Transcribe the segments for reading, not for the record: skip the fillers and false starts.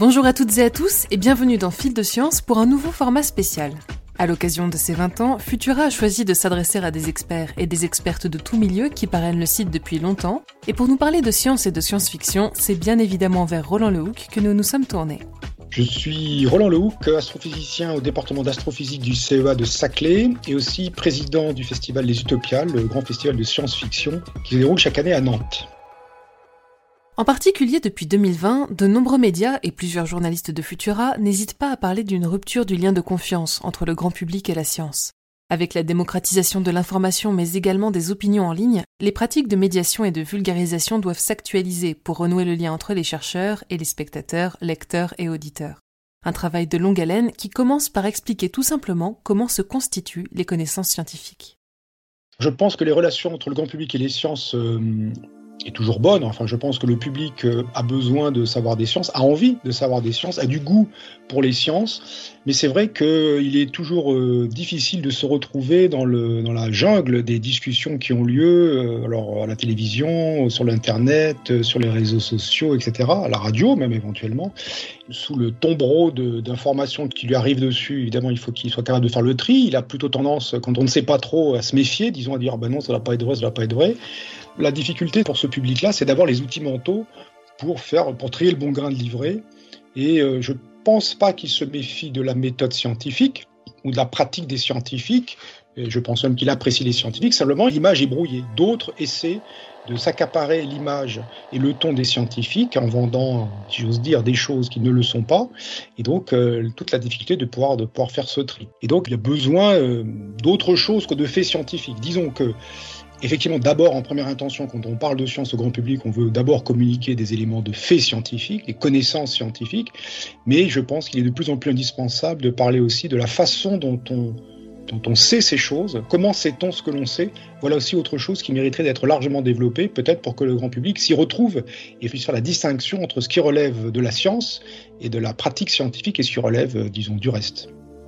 Bonjour à toutes et à tous et bienvenue dans Fil de Science pour un nouveau format spécial. À l'occasion de ses 20 ans, Futura a choisi de s'adresser à des experts et des expertes de tout milieu qui parrainent le site depuis longtemps. Et pour nous parler de science et de science-fiction, c'est bien évidemment vers Roland Lehoucq que nous nous sommes tournés. Je suis Roland Lehoucq, astrophysicien au département d'astrophysique du CEA de Saclay et aussi président du festival Les Utopiales, le grand festival de science-fiction qui se déroule chaque année à Nantes. En particulier depuis 2020, de nombreux médias et plusieurs journalistes de Futura n'hésitent pas à parler d'une rupture du lien de confiance entre le grand public et la science. Avec la démocratisation de l'information mais également des opinions en ligne, les pratiques de médiation et de vulgarisation doivent s'actualiser pour renouer le lien entre les chercheurs et les spectateurs, lecteurs et auditeurs. Un travail de longue haleine qui commence par expliquer tout simplement comment se constituent les connaissances scientifiques. Je pense que les relations entre le grand public et les sciences est toujours bonne. Enfin, je pense que le public a besoin de savoir des sciences, a envie de savoir des sciences, a du goût pour les sciences. Mais c'est vrai qu'il est toujours difficile de se retrouver dans la jungle des discussions qui ont lieu alors à la télévision, sur l'internet, sur les réseaux sociaux, etc., à la radio même éventuellement, sous le tombereau d'informations qui lui arrivent dessus. Évidemment, il faut qu'il soit capable de faire le tri. Il a plutôt tendance, quand on ne sait pas trop, à se méfier, disons, à dire non, ça ne va pas être vrai, ça ne va pas être vrai. La difficulté pour ce public-là, c'est d'avoir les outils mentaux pour trier le bon grain de livret. Et je ne pense pas qu'il se méfie de la méthode scientifique ou de la pratique des scientifiques. Et je pense même qu'il apprécie les scientifiques. Simplement, l'image est brouillée. D'autres essaient de s'accaparer l'image et le ton des scientifiques en vendant, si j'ose dire, des choses qui ne le sont pas. Et donc, toute la difficulté de pouvoir faire ce tri. Et donc, il y a besoin d'autre chose que de faits scientifiques. Disons que effectivement, d'abord, en première intention, quand on parle de science au grand public, on veut d'abord communiquer des éléments de faits scientifiques, des connaissances scientifiques, mais je pense qu'il est de plus en plus indispensable de parler aussi de la façon dont on sait ces choses, comment sait-on ce que l'on sait. Voilà aussi autre chose qui mériterait d'être largement développée, peut-être pour que le grand public s'y retrouve et puisse faire la distinction entre ce qui relève de la science et de la pratique scientifique et ce qui relève, disons, du reste.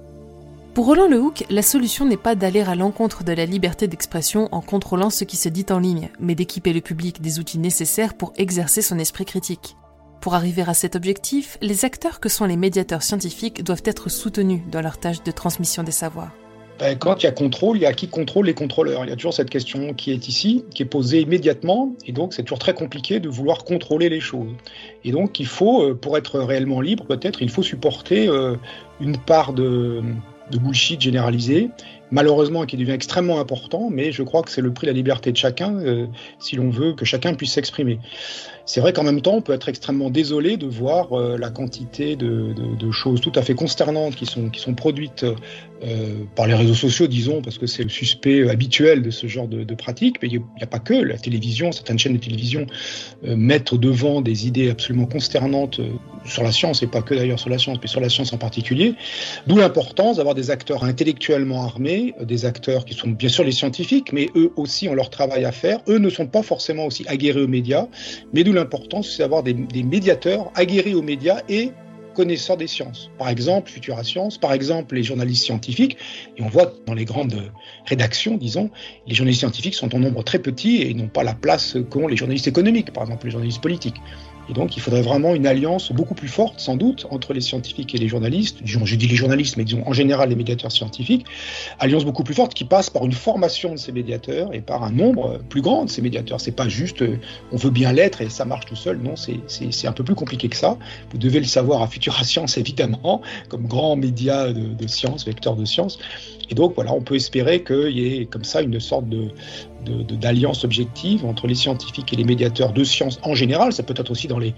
Pour Roland Lehoucq, la solution n'est pas d'aller à l'encontre de la liberté d'expression en contrôlant ce qui se dit en ligne, mais d'équiper le public des outils nécessaires pour exercer son esprit critique. Pour arriver à cet objectif, les acteurs que sont les médiateurs scientifiques doivent être soutenus dans leur tâche de transmission des savoirs. Quand il y a contrôle, il y a qui contrôle les contrôleurs. Il y a toujours cette question qui est ici, qui est posée immédiatement, et donc c'est toujours très compliqué de vouloir contrôler les choses. Et donc il faut, pour être réellement libre, peut-être, il faut supporter une part de bullshit généralisé, malheureusement qui devient extrêmement important, mais je crois que c'est le prix de la liberté de chacun, si l'on veut que chacun puisse s'exprimer. C'est vrai qu'en même temps, on peut être extrêmement désolé de voir la quantité de choses tout à fait consternantes qui sont produites par les réseaux sociaux, disons, parce que c'est le suspect habituel de ce genre de pratique, mais il n'y a pas que la télévision, certaines chaînes de télévision mettent devant des idées absolument consternantes sur la science, et pas que d'ailleurs sur la science, mais sur la science en particulier, d'où l'importance d'avoir des acteurs intellectuellement armés, des acteurs qui sont bien sûr les scientifiques, mais eux aussi ont leur travail à faire. Eux ne sont pas forcément aussi aguerris aux médias, mais d'où l'importance, c'est d'avoir des médiateurs aguerris aux médias et connaisseurs des sciences. Par exemple, Futura Science, par exemple, les journalistes scientifiques, et on voit dans les grandes rédactions, disons, les journalistes scientifiques sont en nombre très petit et n'ont pas la place qu'ont les journalistes économiques, par exemple les journalistes politiques. Et donc, il faudrait vraiment une alliance beaucoup plus forte, sans doute, entre les scientifiques et les journalistes. Je dis les journalistes, mais disons en général les médiateurs scientifiques. Alliance beaucoup plus forte qui passe par une formation de ces médiateurs et par un nombre plus grand de ces médiateurs. C'est pas juste on veut bien l'être et ça marche tout seul. Non, c'est un peu plus compliqué que ça. Vous devez le savoir à Futura Science, évidemment, comme grand média de science, vecteur de science. Et donc, voilà, on peut espérer qu'il y ait comme ça une sorte d'alliance objective entre les scientifiques et les médiateurs de sciences en général. Ça peut être aussi dans les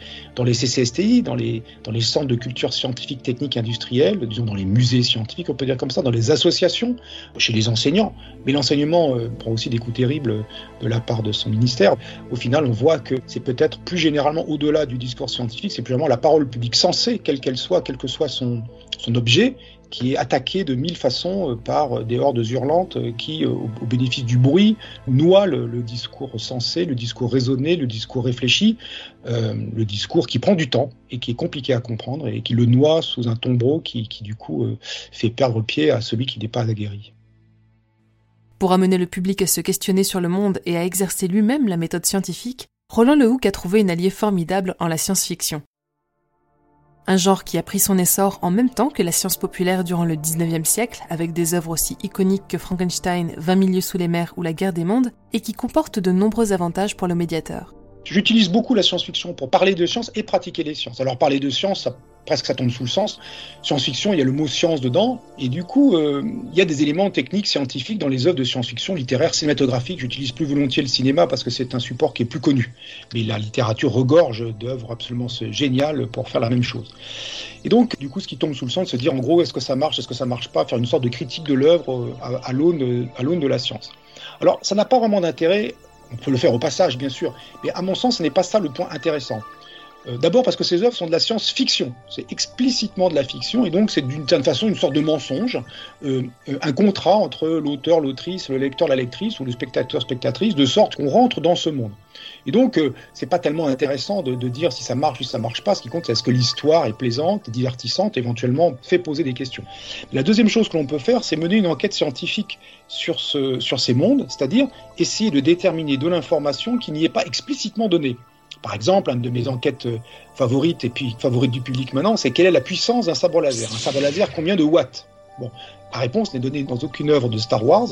CCSTI, dans les centres de culture scientifique, technique, industrielle, disons dans les musées scientifiques, on peut dire comme ça, dans les associations, chez les enseignants. Mais l'enseignement prend aussi des coups terribles de la part de son ministère. Au final, on voit que c'est peut-être plus généralement au-delà du discours scientifique, c'est plus vraiment la parole publique sensée, quelle qu'elle soit, quel que soit son objet, qui est attaqué de mille façons par des hordes hurlantes qui, au bénéfice du bruit, noient le discours sensé, le discours raisonné, le discours réfléchi, le discours qui prend du temps et qui est compliqué à comprendre et qui le noie sous un tombereau qui du coup, fait perdre pied à celui qui n'est pas aguerri. Pour amener le public à se questionner sur le monde et à exercer lui-même la méthode scientifique, Roland Lehoucq a trouvé une alliée formidable en la science-fiction. un genre qui a pris son essor en même temps que la science populaire durant le 19e siècle, avec des œuvres aussi iconiques que Frankenstein, 20 milieux sous les mers ou La guerre des mondes, et qui comporte de nombreux avantages pour le médiateur. J'utilise beaucoup la science-fiction pour parler de science et pratiquer les sciences. Alors parler de science, ça tombe sous le sens. Science-fiction, il y a le mot science dedans, et du coup, il y a des éléments techniques, scientifiques dans les œuvres de science-fiction littéraire, cinématographique. J'utilise plus volontiers le cinéma parce que c'est un support qui est plus connu. Mais la littérature regorge d'œuvres absolument géniales pour faire la même chose. Et donc, du coup, ce qui tombe sous le sens, c'est de se dire, en gros, est-ce que ça marche, est-ce que ça marche pas, faire une sorte de critique de l'œuvre à l'aune de la science. Alors, ça n'a pas vraiment d'intérêt. On peut le faire au passage, bien sûr, mais à mon sens, ce n'est pas ça le point intéressant. D'abord parce que ces œuvres sont de la science-fiction, c'est explicitement de la fiction, et donc c'est d'une certaine façon une sorte de mensonge, un contrat entre l'auteur, l'autrice, le lecteur, la lectrice, ou le spectateur, spectatrice, de sorte qu'on rentre dans ce monde. Et donc, c'est pas tellement intéressant de dire si ça marche ou si ça marche pas, ce qui compte, c'est est-ce que l'histoire est plaisante, divertissante, éventuellement fait poser des questions. La deuxième chose que l'on peut faire, c'est mener une enquête scientifique sur ces mondes, c'est-à-dire essayer de déterminer de l'information qui n'y est pas explicitement donnée. Par exemple, une de mes enquêtes favorites, et puis favorite du public maintenant, c'est quelle est la puissance d'un sabre laser ? Un sabre laser, combien de watts ? Bon, la réponse n'est donnée dans aucune œuvre de Star Wars.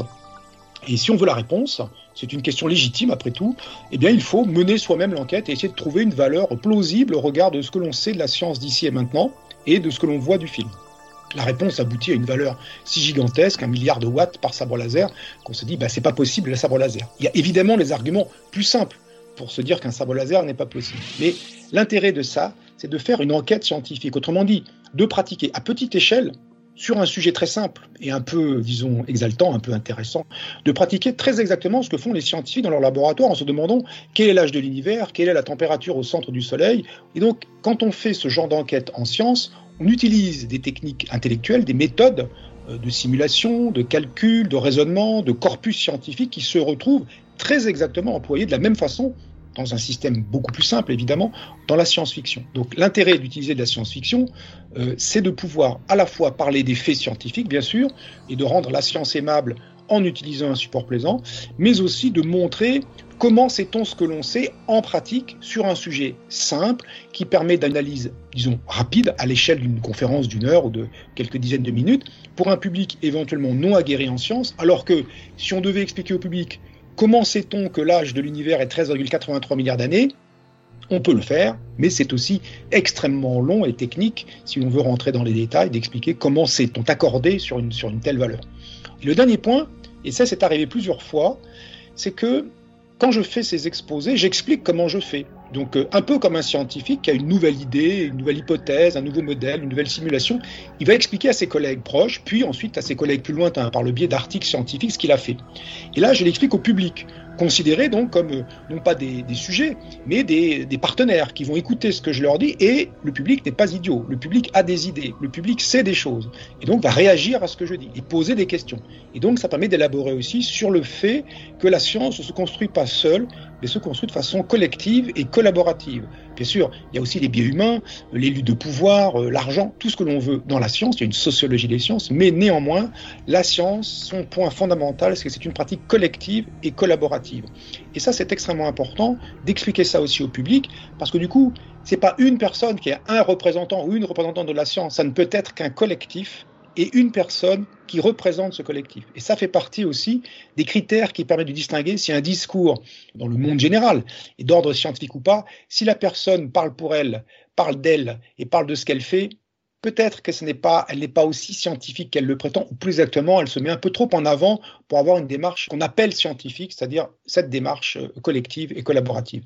Et si on veut la réponse, c'est une question légitime après tout, eh bien il faut mener soi-même l'enquête et essayer de trouver une valeur plausible au regard de ce que l'on sait de la science d'ici et maintenant et de ce que l'on voit du film. La réponse aboutit à une valeur si gigantesque, 1 milliard de watts par sabre laser, qu'on se dit c'est pas possible le sabre laser. Il y a évidemment les arguments plus simples pour se dire qu'un sabre laser n'est pas possible. Mais l'intérêt de ça, c'est de faire une enquête scientifique. Autrement dit, de pratiquer à petite échelle, sur un sujet très simple et un peu, disons, exaltant, un peu intéressant, de pratiquer très exactement ce que font les scientifiques dans leur laboratoire en se demandant quel est l'âge de l'univers, quelle est la température au centre du Soleil. Et donc, quand on fait ce genre d'enquête en sciences, on utilise des techniques intellectuelles, des méthodes de simulation, de calcul, de raisonnement, de corpus scientifique qui se retrouvent très exactement employés de la même façon dans un système beaucoup plus simple, évidemment, dans la science-fiction. Donc l'intérêt d'utiliser de la science-fiction, c'est de pouvoir à la fois parler des faits scientifiques, bien sûr, et de rendre la science aimable en utilisant un support plaisant, mais aussi de montrer comment sait-on ce que l'on sait en pratique sur un sujet simple qui permet d'analyse, disons, rapide à l'échelle d'une conférence d'1 heure ou de quelques dizaines de minutes pour un public éventuellement non aguerri en sciences, alors que si on devait expliquer au public comment sait-on que l'âge de l'univers est 13,83 milliards d'années ? On peut le faire, mais c'est aussi extrêmement long et technique, si on veut rentrer dans les détails, d'expliquer comment sait-on accorder sur une telle valeur. Et le dernier point, et ça c'est arrivé plusieurs fois, c'est que quand je fais ces exposés, j'explique comment je fais. Donc un peu comme un scientifique qui a une nouvelle idée, une nouvelle hypothèse, un nouveau modèle, une nouvelle simulation, il va expliquer à ses collègues proches, puis ensuite à ses collègues plus lointains par le biais d'articles scientifiques ce qu'il a fait. Et là, je l'explique au public, considérés donc comme non pas des sujets, mais des partenaires qui vont écouter ce que je leur dis, et le public n'est pas idiot, le public a des idées, le public sait des choses, et donc va réagir à ce que je dis, et poser des questions. Et donc ça permet d'élaborer aussi sur le fait que la science ne se construit pas seule, mais se construit de façon collective et collaborative. Bien sûr, il y a aussi les biais humains, les luttes de pouvoir, l'argent, tout ce que l'on veut dans la science, il y a une sociologie des sciences, mais néanmoins, la science, son point fondamental, c'est que c'est une pratique collective et collaborative. Et ça, c'est extrêmement important d'expliquer ça aussi au public, parce que du coup, c'est pas une personne qui est un représentant ou une représentante de la science, ça ne peut être qu'un collectif, et une personne qui représente ce collectif. Et ça fait partie aussi des critères qui permettent de distinguer si un discours, dans le monde général, est d'ordre scientifique ou pas, si la personne parle pour elle, parle d'elle et parle de ce qu'elle fait, peut-être que elle n'est pas aussi scientifique qu'elle le prétend, ou plus exactement, elle se met un peu trop en avant pour avoir une démarche qu'on appelle scientifique, c'est-à-dire cette démarche collective et collaborative.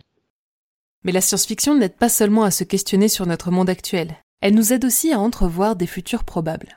Mais la science-fiction n'aide pas seulement à se questionner sur notre monde actuel. Elle nous aide aussi à entrevoir des futurs probables.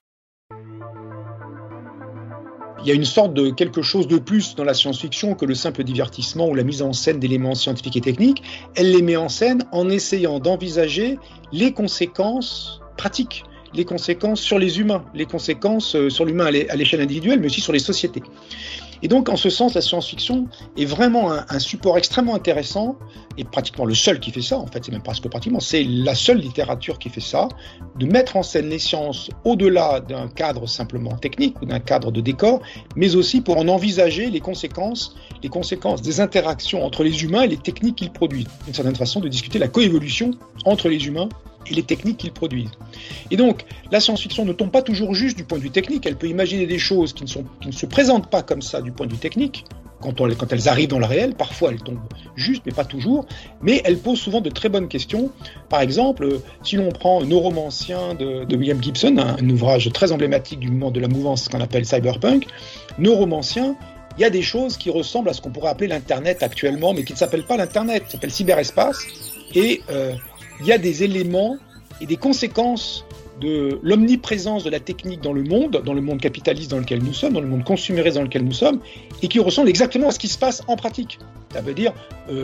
Il y a une sorte de quelque chose de plus dans la science-fiction que le simple divertissement ou la mise en scène d'éléments scientifiques et techniques. Elle les met en scène en essayant d'envisager les conséquences pratiques, les conséquences sur les humains, les conséquences sur l'humain à l'échelle individuelle, mais aussi sur les sociétés. Et donc, en ce sens, la science-fiction est vraiment un support extrêmement intéressant, et pratiquement le seul qui fait ça, en fait, c'est même presque pratiquement, c'est la seule littérature qui fait ça, de mettre en scène les sciences au-delà d'un cadre simplement technique ou d'un cadre de décor, mais aussi pour en envisager les conséquences des interactions entre les humains et les techniques qu'ils produisent. D'une certaine façon, de discuter la coévolution entre les humains et les techniques qu'ils produisent. Et donc, la science-fiction ne tombe pas toujours juste du point de vue technique, elle peut imaginer des choses qui ne se présentent pas comme ça du point de vue technique. Quand elles arrivent dans le réel, parfois elles tombent juste, mais pas toujours, mais elles posent souvent de très bonnes questions. Par exemple, si l'on prend Neuromancien de William Gibson, un ouvrage très emblématique du moment de la mouvance qu'on appelle cyberpunk, Neuromancien, il y a des choses qui ressemblent à ce qu'on pourrait appeler l'Internet actuellement, mais qui ne s'appellent pas l'Internet, ça s'appelle cyberespace, et il y a des éléments et des conséquences de l'omniprésence de la technique dans le monde capitaliste dans lequel nous sommes, dans le monde consumériste dans lequel nous sommes, et qui ressemble exactement à ce qui se passe en pratique. Ça veut dire,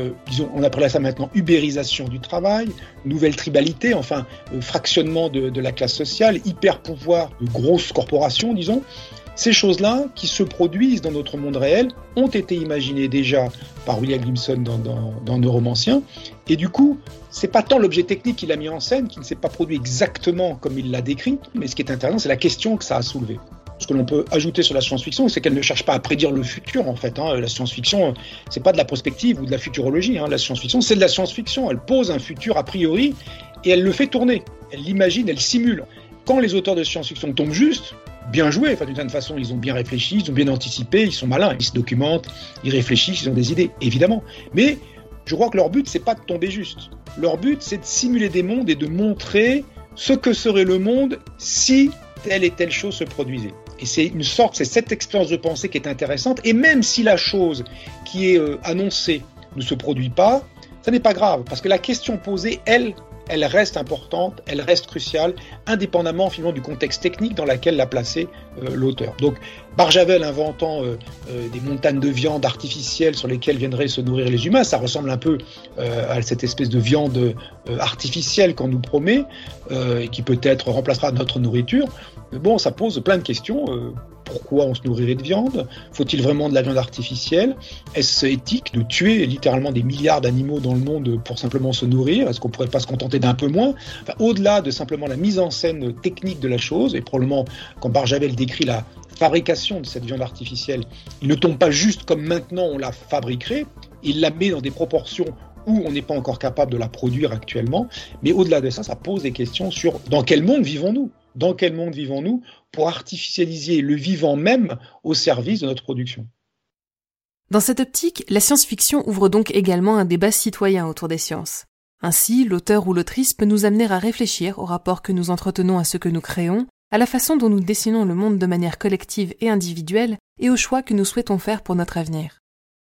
on appelle ça maintenant ubérisation du travail, nouvelle tribalité, fractionnement de la classe sociale, hyper-pouvoir de grosses corporations, disons. Ces choses-là, qui se produisent dans notre monde réel, ont été imaginées déjà par William Gibson dans Neuromancien, et du coup, c'est pas tant l'objet technique qu'il a mis en scène, qui ne s'est pas produit exactement comme il l'a décrit, mais ce qui est intéressant, c'est la question que ça a soulevée. Ce que l'on peut ajouter sur la science-fiction, c'est qu'elle ne cherche pas à prédire le futur, en fait. La science-fiction, c'est pas de la prospective ou de la futurologie. La science-fiction, c'est de la science-fiction. Elle pose un futur a priori et elle le fait tourner. Elle l'imagine, elle simule. Quand les auteurs de science-fiction tombent juste, bien joué, d'une certaine façon, ils ont bien réfléchi, ils ont bien anticipé, ils sont malins, ils se documentent, ils réfléchissent, ils ont des idées, évidemment. Mais je crois que leur but, c'est pas de tomber juste. Leur but, c'est de simuler des mondes et de montrer ce que serait le monde si telle et telle chose se produisait. Et c'est cette expérience de pensée qui est intéressante. Et même si la chose qui est annoncée ne se produit pas, ça n'est pas grave, parce que la question posée, elle reste importante, elle reste cruciale, indépendamment finalement du contexte technique dans lequel l'a placé l'auteur. Donc Barjavel inventant des montagnes de viande artificielle sur lesquelles viendraient se nourrir les humains, ça ressemble un peu à cette espèce de viande artificielle qu'on nous promet et qui peut-être remplacera notre nourriture. Mais bon, ça pose plein de questions. Pourquoi on se nourrirait de viande ? Faut-il vraiment de la viande artificielle ? Est-ce éthique de tuer littéralement des milliards d'animaux dans le monde pour simplement se nourrir ? Est-ce qu'on ne pourrait pas se contenter d'un peu moins ? Au-delà de simplement la mise en scène technique de la chose, et probablement quand Barjavel décrit la fabrication de cette viande artificielle, il ne tombe pas juste comme maintenant on la fabriquerait, il la met dans des proportions où on n'est pas encore capable de la produire actuellement, mais au-delà de ça, ça pose des questions sur dans quel monde vivons-nous ? Dans quel monde vivons-nous pour artificialiser le vivant même au service de notre production ? Dans cette optique, la science-fiction ouvre donc également un débat citoyen autour des sciences. Ainsi, l'auteur ou l'autrice peut nous amener à réfléchir au rapport que nous entretenons à ce que nous créons, à la façon dont nous dessinons le monde de manière collective et individuelle, et aux choix que nous souhaitons faire pour notre avenir.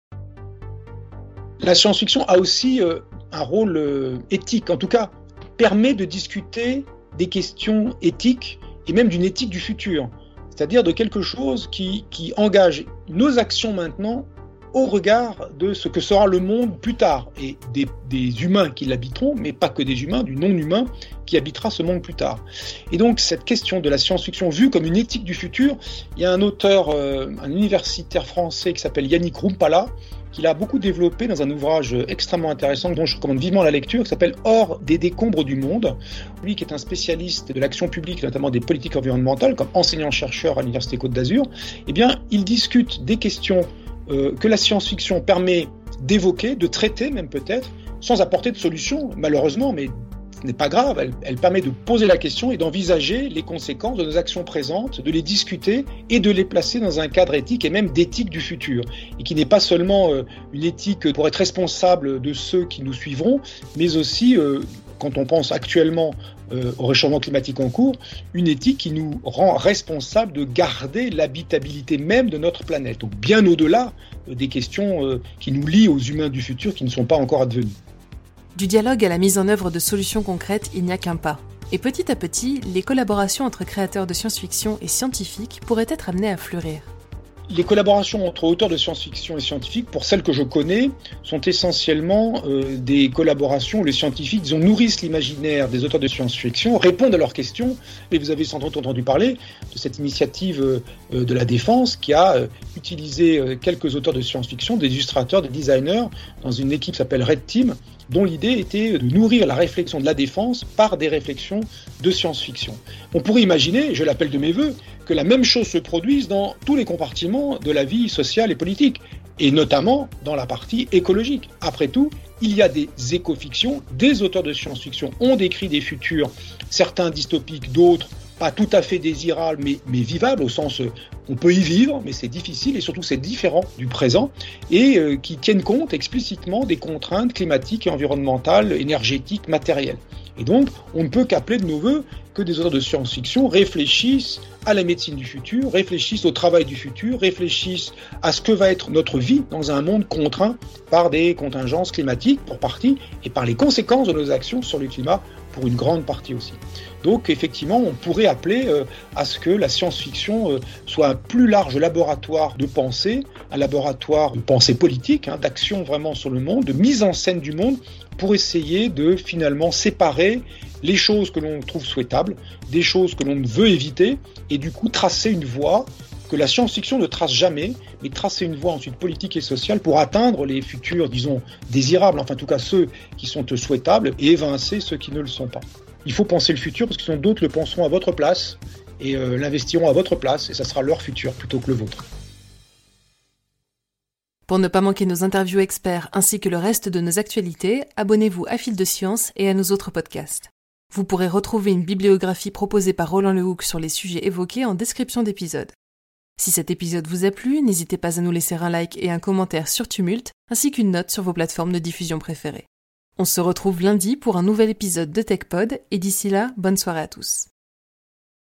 La science-fiction a aussi un rôle éthique, en tout cas, permet de discuter des questions éthiques et même d'une éthique du futur, c'est-à-dire de quelque chose qui engage nos actions maintenant au regard de ce que sera le monde plus tard, et des humains qui l'habiteront, mais pas que des humains, du non-humain qui habitera ce monde plus tard. Et donc cette question de la science-fiction vue comme une éthique du futur, il y a un auteur, un universitaire français qui s'appelle Yannick Rumpala, qu'il a beaucoup développé dans un ouvrage extrêmement intéressant dont je recommande vivement la lecture, qui s'appelle « Hors des décombres du monde ». Lui qui est un spécialiste de l'action publique, notamment des politiques environnementales, comme enseignant-chercheur à l'Université Côte d'Azur, eh bien, il discute des questions que la science-fiction permet d'évoquer, de traiter même peut-être, sans apporter de solution, malheureusement, mais ce n'est pas grave, elle permet de poser la question et d'envisager les conséquences de nos actions présentes, de les discuter et de les placer dans un cadre éthique et même d'éthique du futur. Et qui n'est pas seulement une éthique pour être responsable de ceux qui nous suivront, mais aussi, quand on pense actuellement au réchauffement climatique en cours, une éthique qui nous rend responsables de garder l'habitabilité même de notre planète. Donc bien au-delà des questions qui nous lient aux humains du futur qui ne sont pas encore advenus. Du dialogue à la mise en œuvre de solutions concrètes, il n'y a qu'un pas. Et petit à petit, les collaborations entre créateurs de science-fiction et scientifiques pourraient être amenées à fleurir. Les collaborations entre auteurs de science-fiction et scientifiques, pour celles que je connais, sont essentiellement des collaborations où les scientifiques nourrissent l'imaginaire des auteurs de science-fiction, répondent à leurs questions. Et vous avez sans doute entendu parler de cette initiative de la Défense qui a utilisé quelques auteurs de science-fiction, des illustrateurs, des designers, dans une équipe qui s'appelle Red Team, dont l'idée était de nourrir la réflexion de la défense par des réflexions de science-fiction. On pourrait imaginer, je l'appelle de mes voeux, que la même chose se produise dans tous les compartiments de la vie sociale et politique. et notamment dans la partie écologique. Après tout, il y a des éco-fictions, des auteurs de science-fiction ont décrit des futurs, certains dystopiques, d'autres pas tout à fait désirables, mais vivables, au sens on peut y vivre, mais c'est difficile et surtout c'est différent du présent, et qui tiennent compte explicitement des contraintes climatiques et environnementales, énergétiques, matérielles. Et donc, on ne peut qu'appeler de nos voeux que des auteurs de science-fiction réfléchissent à la médecine du futur, réfléchissent au travail du futur, réfléchissent à ce que va être notre vie dans un monde contraint par des contingences climatiques pour partie et par les conséquences de nos actions sur le climat pour une grande partie aussi. Donc effectivement, on pourrait appeler à ce que la science-fiction soit un plus large laboratoire de pensée, un laboratoire de pensée politique, d'action vraiment sur le monde, de mise en scène du monde, pour essayer de finalement séparer les choses que l'on trouve souhaitables des choses que l'on veut éviter, et du coup tracer une voie que la science-fiction ne trace jamais, mais tracer une voie ensuite politique et sociale pour atteindre les futurs, disons, désirables, enfin en tout cas ceux qui sont souhaitables, et évincer ceux qui ne le sont pas. Il faut penser le futur parce que sinon d'autres le penseront à votre place et l'investiront à votre place, et ça sera leur futur plutôt que le vôtre. Pour ne pas manquer nos interviews experts ainsi que le reste de nos actualités, abonnez-vous à Fil de Science et à nos autres podcasts. Vous pourrez retrouver une bibliographie proposée par Roland Lehoucq sur les sujets évoqués en description d'épisode. Si cet épisode vous a plu, n'hésitez pas à nous laisser un like et un commentaire sur Tumult, ainsi qu'une note sur vos plateformes de diffusion préférées. On se retrouve lundi pour un nouvel épisode de TechPod, et d'ici là, bonne soirée à tous.